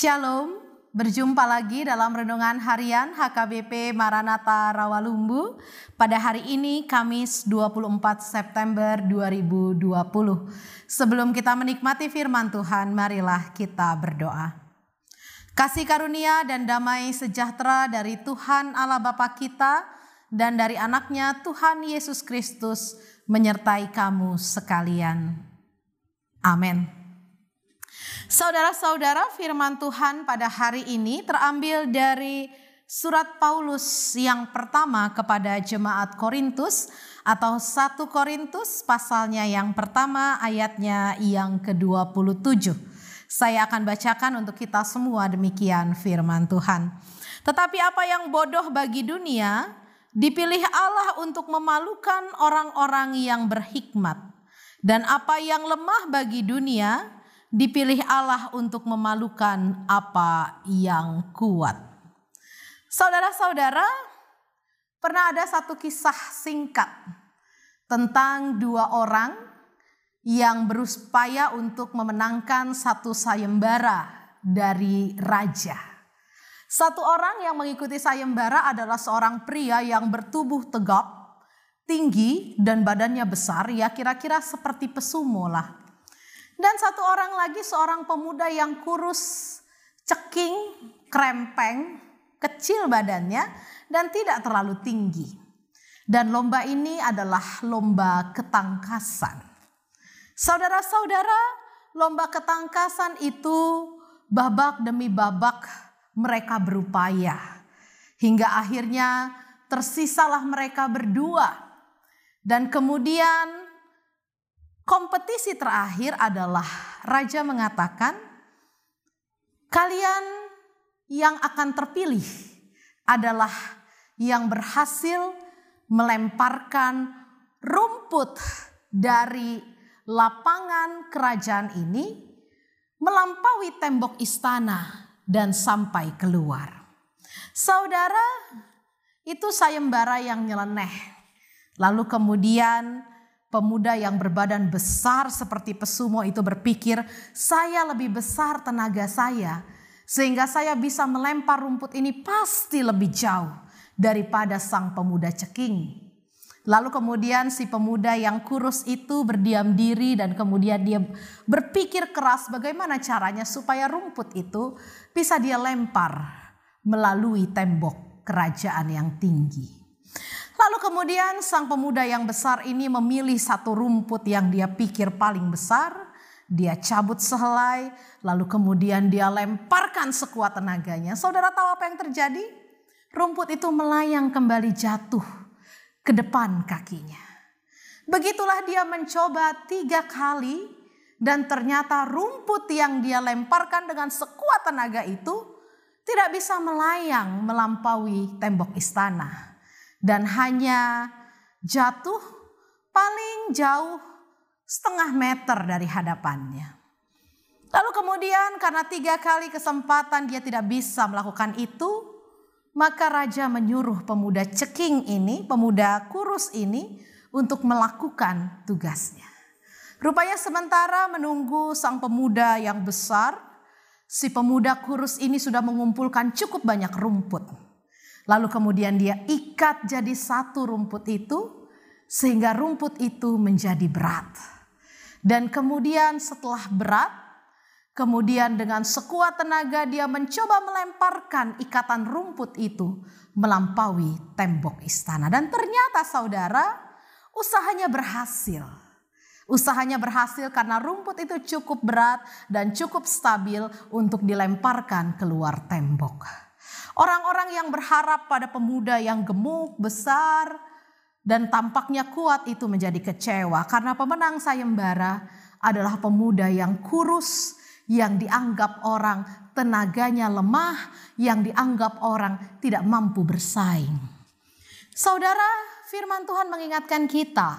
Shalom, berjumpa lagi dalam Renungan Harian HKBP Maranatha Rawalumbu pada hari ini Kamis 24 September 2020. Sebelum kita menikmati firman Tuhan, marilah kita berdoa. Kasih karunia dan damai sejahtera dari Tuhan Allah Bapa kita dan dari anaknya Tuhan Yesus Kristus menyertai kamu sekalian. Amin. Saudara-saudara, firman Tuhan pada hari ini terambil dari surat Paulus yang pertama kepada jemaat Korintus atau 1 Korintus pasalnya yang pertama ayatnya yang ke-27. Saya akan bacakan untuk kita semua demikian firman Tuhan. Tetapi apa yang bodoh bagi dunia dipilih Allah untuk memalukan orang-orang yang berhikmat, dan apa yang lemah bagi dunia dipilih Allah untuk memalukan apa yang kuat. Saudara-saudara, pernah ada satu kisah singkat tentang dua orang yang berupaya untuk memenangkan satu sayembara dari raja. Satu orang yang mengikuti sayembara adalah seorang pria yang bertubuh tegap, tinggi dan badannya besar, ya kira-kira seperti pesumo lah. Dan satu orang lagi seorang pemuda yang kurus, ceking, krempeng, kecil badannya dan tidak terlalu tinggi. Dan lomba ini adalah lomba ketangkasan. Saudara-saudara, lomba ketangkasan itu babak demi babak mereka berupaya. Hingga akhirnya tersisalah mereka berdua. Dan kemudian kompetisi terakhir adalah raja mengatakan, kalian yang akan terpilih adalah yang berhasil melemparkan rumput dari lapangan kerajaan ini melampaui tembok istana dan sampai keluar. Saudara, itu sayembara yang nyeleneh. Lalu kemudian pemuda yang berbadan besar seperti pesumo itu berpikir, saya lebih besar tenaga saya, sehingga saya bisa melempar rumput ini pasti lebih jauh daripada sang pemuda ceking. Lalu kemudian si pemuda yang kurus itu berdiam diri dan kemudian dia berpikir keras bagaimana caranya supaya rumput itu bisa dia lempar melalui tembok kerajaan yang tinggi. Lalu kemudian sang pemuda yang besar ini memilih satu rumput yang dia pikir paling besar. Dia cabut sehelai, lalu kemudian dia lemparkan sekuat tenaganya. Saudara tahu apa yang terjadi? Rumput itu melayang kembali jatuh ke depan kakinya. Begitulah dia mencoba 3 kali dan ternyata rumput yang dia lemparkan dengan sekuat tenaga itu tidak bisa melayang melampaui tembok istana. Dan hanya jatuh paling jauh setengah meter dari hadapannya. Lalu kemudian karena 3 kali kesempatan dia tidak bisa melakukan itu, maka raja menyuruh pemuda ceking ini, pemuda kurus ini untuk melakukan tugasnya. Rupanya sementara menunggu sang pemuda yang besar, si pemuda kurus ini sudah mengumpulkan cukup banyak rumput. Lalu kemudian dia ikat jadi satu rumput itu sehingga rumput itu menjadi berat. Dan kemudian setelah berat, kemudian dengan sekuat tenaga dia mencoba melemparkan ikatan rumput itu melampaui tembok istana. Dan ternyata saudara, usahanya berhasil. Usahanya berhasil karena rumput itu cukup berat dan cukup stabil untuk dilemparkan keluar tembok. Orang-orang yang berharap pada pemuda yang gemuk, besar, dan tampaknya kuat itu menjadi kecewa karena pemenang sayembara adalah pemuda yang kurus, yang dianggap orang tenaganya lemah, yang dianggap orang tidak mampu bersaing. Saudara, firman Tuhan mengingatkan kita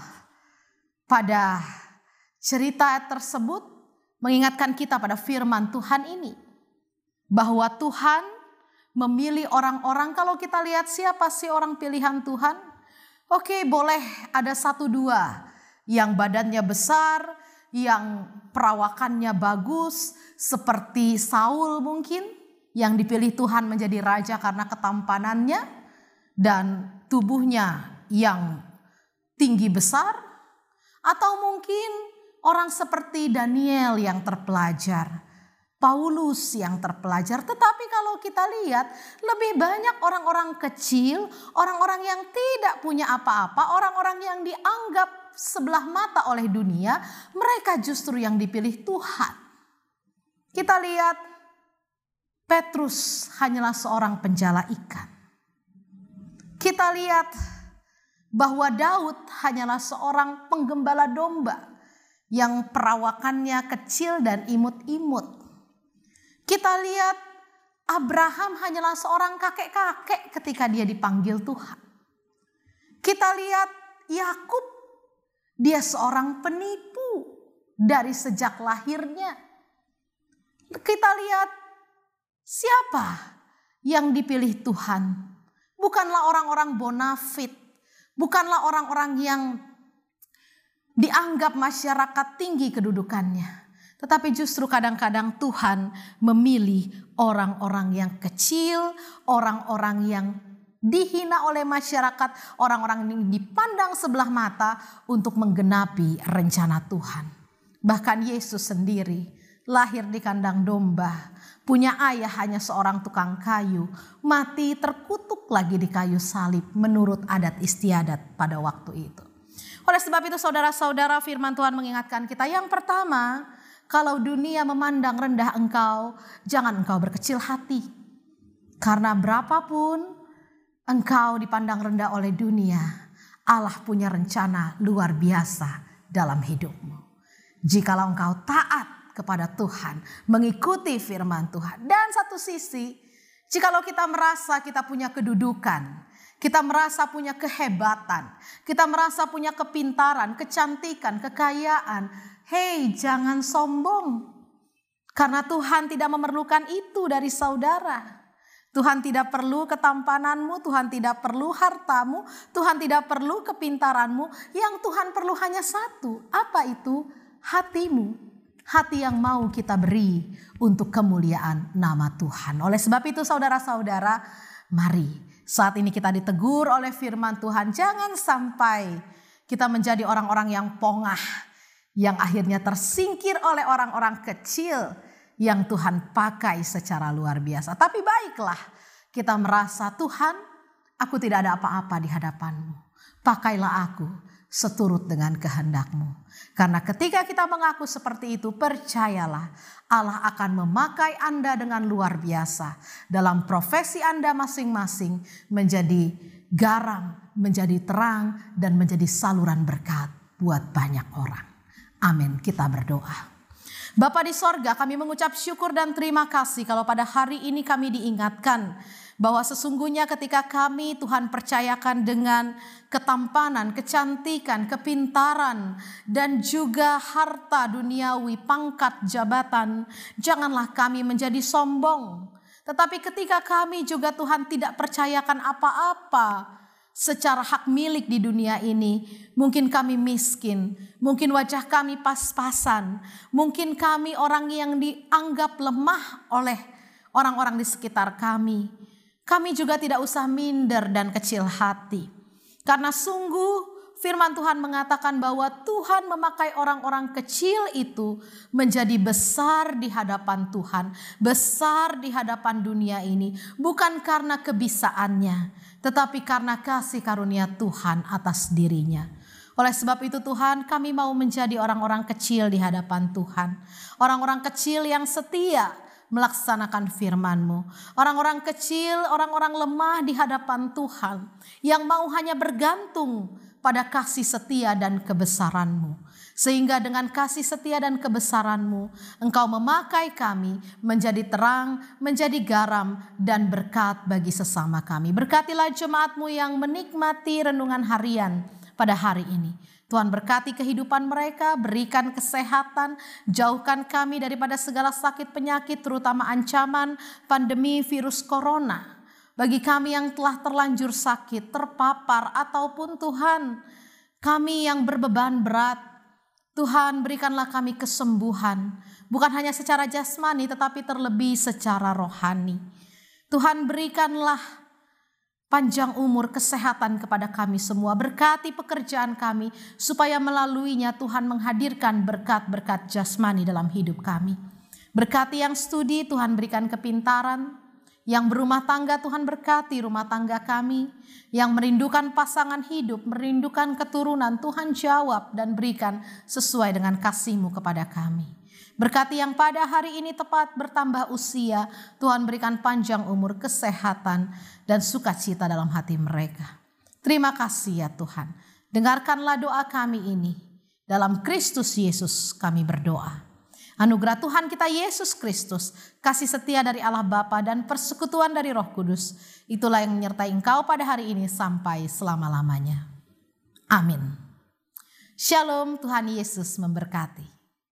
pada cerita tersebut, mengingatkan kita pada firman Tuhan ini, bahwa Tuhan memilih orang-orang. Kalau kita lihat siapa sih orang pilihan Tuhan? Oke, boleh ada 1-2 yang badannya besar, yang perawakannya bagus seperti Saul mungkin, yang dipilih Tuhan menjadi raja karena ketampanannya dan tubuhnya yang tinggi besar, atau mungkin orang seperti Daniel yang terpelajar, Paulus yang terpelajar. Tetapi kalau kita lihat, lebih banyak orang-orang kecil, orang-orang yang tidak punya apa-apa, orang-orang yang dianggap sebelah mata oleh dunia, mereka justru yang dipilih Tuhan. Kita lihat Petrus hanyalah seorang penjala ikan. Kita lihat bahwa Daud hanyalah seorang penggembala domba yang perawakannya kecil dan imut-imut. Kita lihat Abraham hanyalah seorang kakek-kakek ketika dia dipanggil Tuhan. Kita lihat Yakub, dia seorang penipu dari sejak lahirnya. Kita lihat siapa yang dipilih Tuhan. Bukanlah orang-orang bonafit, bukanlah orang-orang yang dianggap masyarakat tinggi kedudukannya. Tetapi justru kadang-kadang Tuhan memilih orang-orang yang kecil, orang-orang yang dihina oleh masyarakat, orang-orang yang dipandang sebelah mata untuk menggenapi rencana Tuhan. Bahkan Yesus sendiri lahir di kandang domba, punya ayah hanya seorang tukang kayu, mati terkutuk lagi di kayu salib menurut adat istiadat pada waktu itu. Oleh sebab itu saudara-saudara, firman Tuhan mengingatkan kita, yang pertama, kalau dunia memandang rendah engkau, jangan engkau berkecil hati. Karena berapapun engkau dipandang rendah oleh dunia, Allah punya rencana luar biasa dalam hidupmu. Jikalau engkau taat kepada Tuhan, mengikuti firman Tuhan. Dan satu sisi, jikalau kita merasa kita punya kedudukan, kita merasa punya kehebatan, kita merasa punya kepintaran, kecantikan, kekayaan, hei, jangan sombong. Karena Tuhan tidak memerlukan itu dari saudara. Tuhan tidak perlu ketampananmu, Tuhan tidak perlu hartamu, Tuhan tidak perlu kepintaranmu. Yang Tuhan perlu hanya satu. Apa itu? Hatimu. Hati yang mau kita beri untuk kemuliaan nama Tuhan. Oleh sebab itu saudara-saudara, mari saat ini kita ditegur oleh firman Tuhan. Jangan sampai kita menjadi orang-orang yang pongah, yang akhirnya tersingkir oleh orang-orang kecil yang Tuhan pakai secara luar biasa. Tapi baiklah kita merasa, Tuhan, aku tidak ada apa-apa di hadapan-Mu. Pakailah aku seturut dengan kehendak-Mu. Karena ketika kita mengaku seperti itu, percayalah Allah akan memakai Anda dengan luar biasa dalam profesi Anda masing-masing, menjadi garam, menjadi terang, dan menjadi saluran berkat buat banyak orang. Amin. Kita berdoa. Bapa di sorga, kami mengucap syukur dan terima kasih kalau pada hari ini kami diingatkan bahwa sesungguhnya ketika kami Tuhan percayakan dengan ketampanan, kecantikan, kepintaran, dan juga harta duniawi, pangkat, jabatan, janganlah kami menjadi sombong. Tetapi ketika kami juga Tuhan tidak percayakan apa-apa secara hak milik di dunia ini, mungkin kami miskin, mungkin wajah kami pas-pasan, mungkin kami orang yang dianggap lemah oleh orang-orang di sekitar kami. Kami juga tidak usah minder dan kecil hati. Karena sungguh firman Tuhan mengatakan bahwa Tuhan memakai orang-orang kecil itu menjadi besar di hadapan Tuhan, besar di hadapan dunia ini, bukan karena kebisaannya, tetapi karena kasih karunia Tuhan atas dirinya. Oleh sebab itu Tuhan, kami mau menjadi orang-orang kecil di hadapan Tuhan. Orang-orang kecil yang setia melaksanakan firman-Mu. Orang-orang kecil, orang-orang lemah di hadapan Tuhan, yang mau hanya bergantung pada kasih setia dan kebesaran-Mu. Sehingga dengan kasih setia dan kebesaran-Mu, Engkau memakai kami menjadi terang, menjadi garam, dan berkat bagi sesama kami. Berkatilah jemaat-Mu yang menikmati renungan harian pada hari ini. Tuhan berkati kehidupan mereka, berikan kesehatan, jauhkan kami daripada segala sakit penyakit, terutama ancaman pandemi virus corona. Bagi kami yang telah terlanjur sakit, terpapar, ataupun Tuhan, kami yang berbeban berat, Tuhan, berikanlah kami kesembuhan, bukan hanya secara jasmani tetapi terlebih secara rohani. Tuhan, berikanlah panjang umur, kesehatan kepada kami semua. Berkati pekerjaan kami supaya melaluinya Tuhan menghadirkan berkat-berkat jasmani dalam hidup kami. Berkati yang studi, Tuhan berikan kepintaran. Yang berumah tangga, Tuhan berkati rumah tangga kami. Yang merindukan pasangan hidup, merindukan keturunan, Tuhan jawab dan berikan sesuai dengan kasih-Mu kepada kami. Berkati yang pada hari ini tepat bertambah usia, Tuhan berikan panjang umur, kesehatan, dan sukacita dalam hati mereka. Terima kasih ya Tuhan. Dengarkanlah doa kami ini. Dalam Kristus Yesus kami berdoa. Anugerah Tuhan kita Yesus Kristus, kasih setia dari Allah Bapa dan persekutuan dari Roh Kudus, itulah yang menyertai engkau pada hari ini sampai selama-lamanya. Amin. Shalom, Tuhan Yesus memberkati.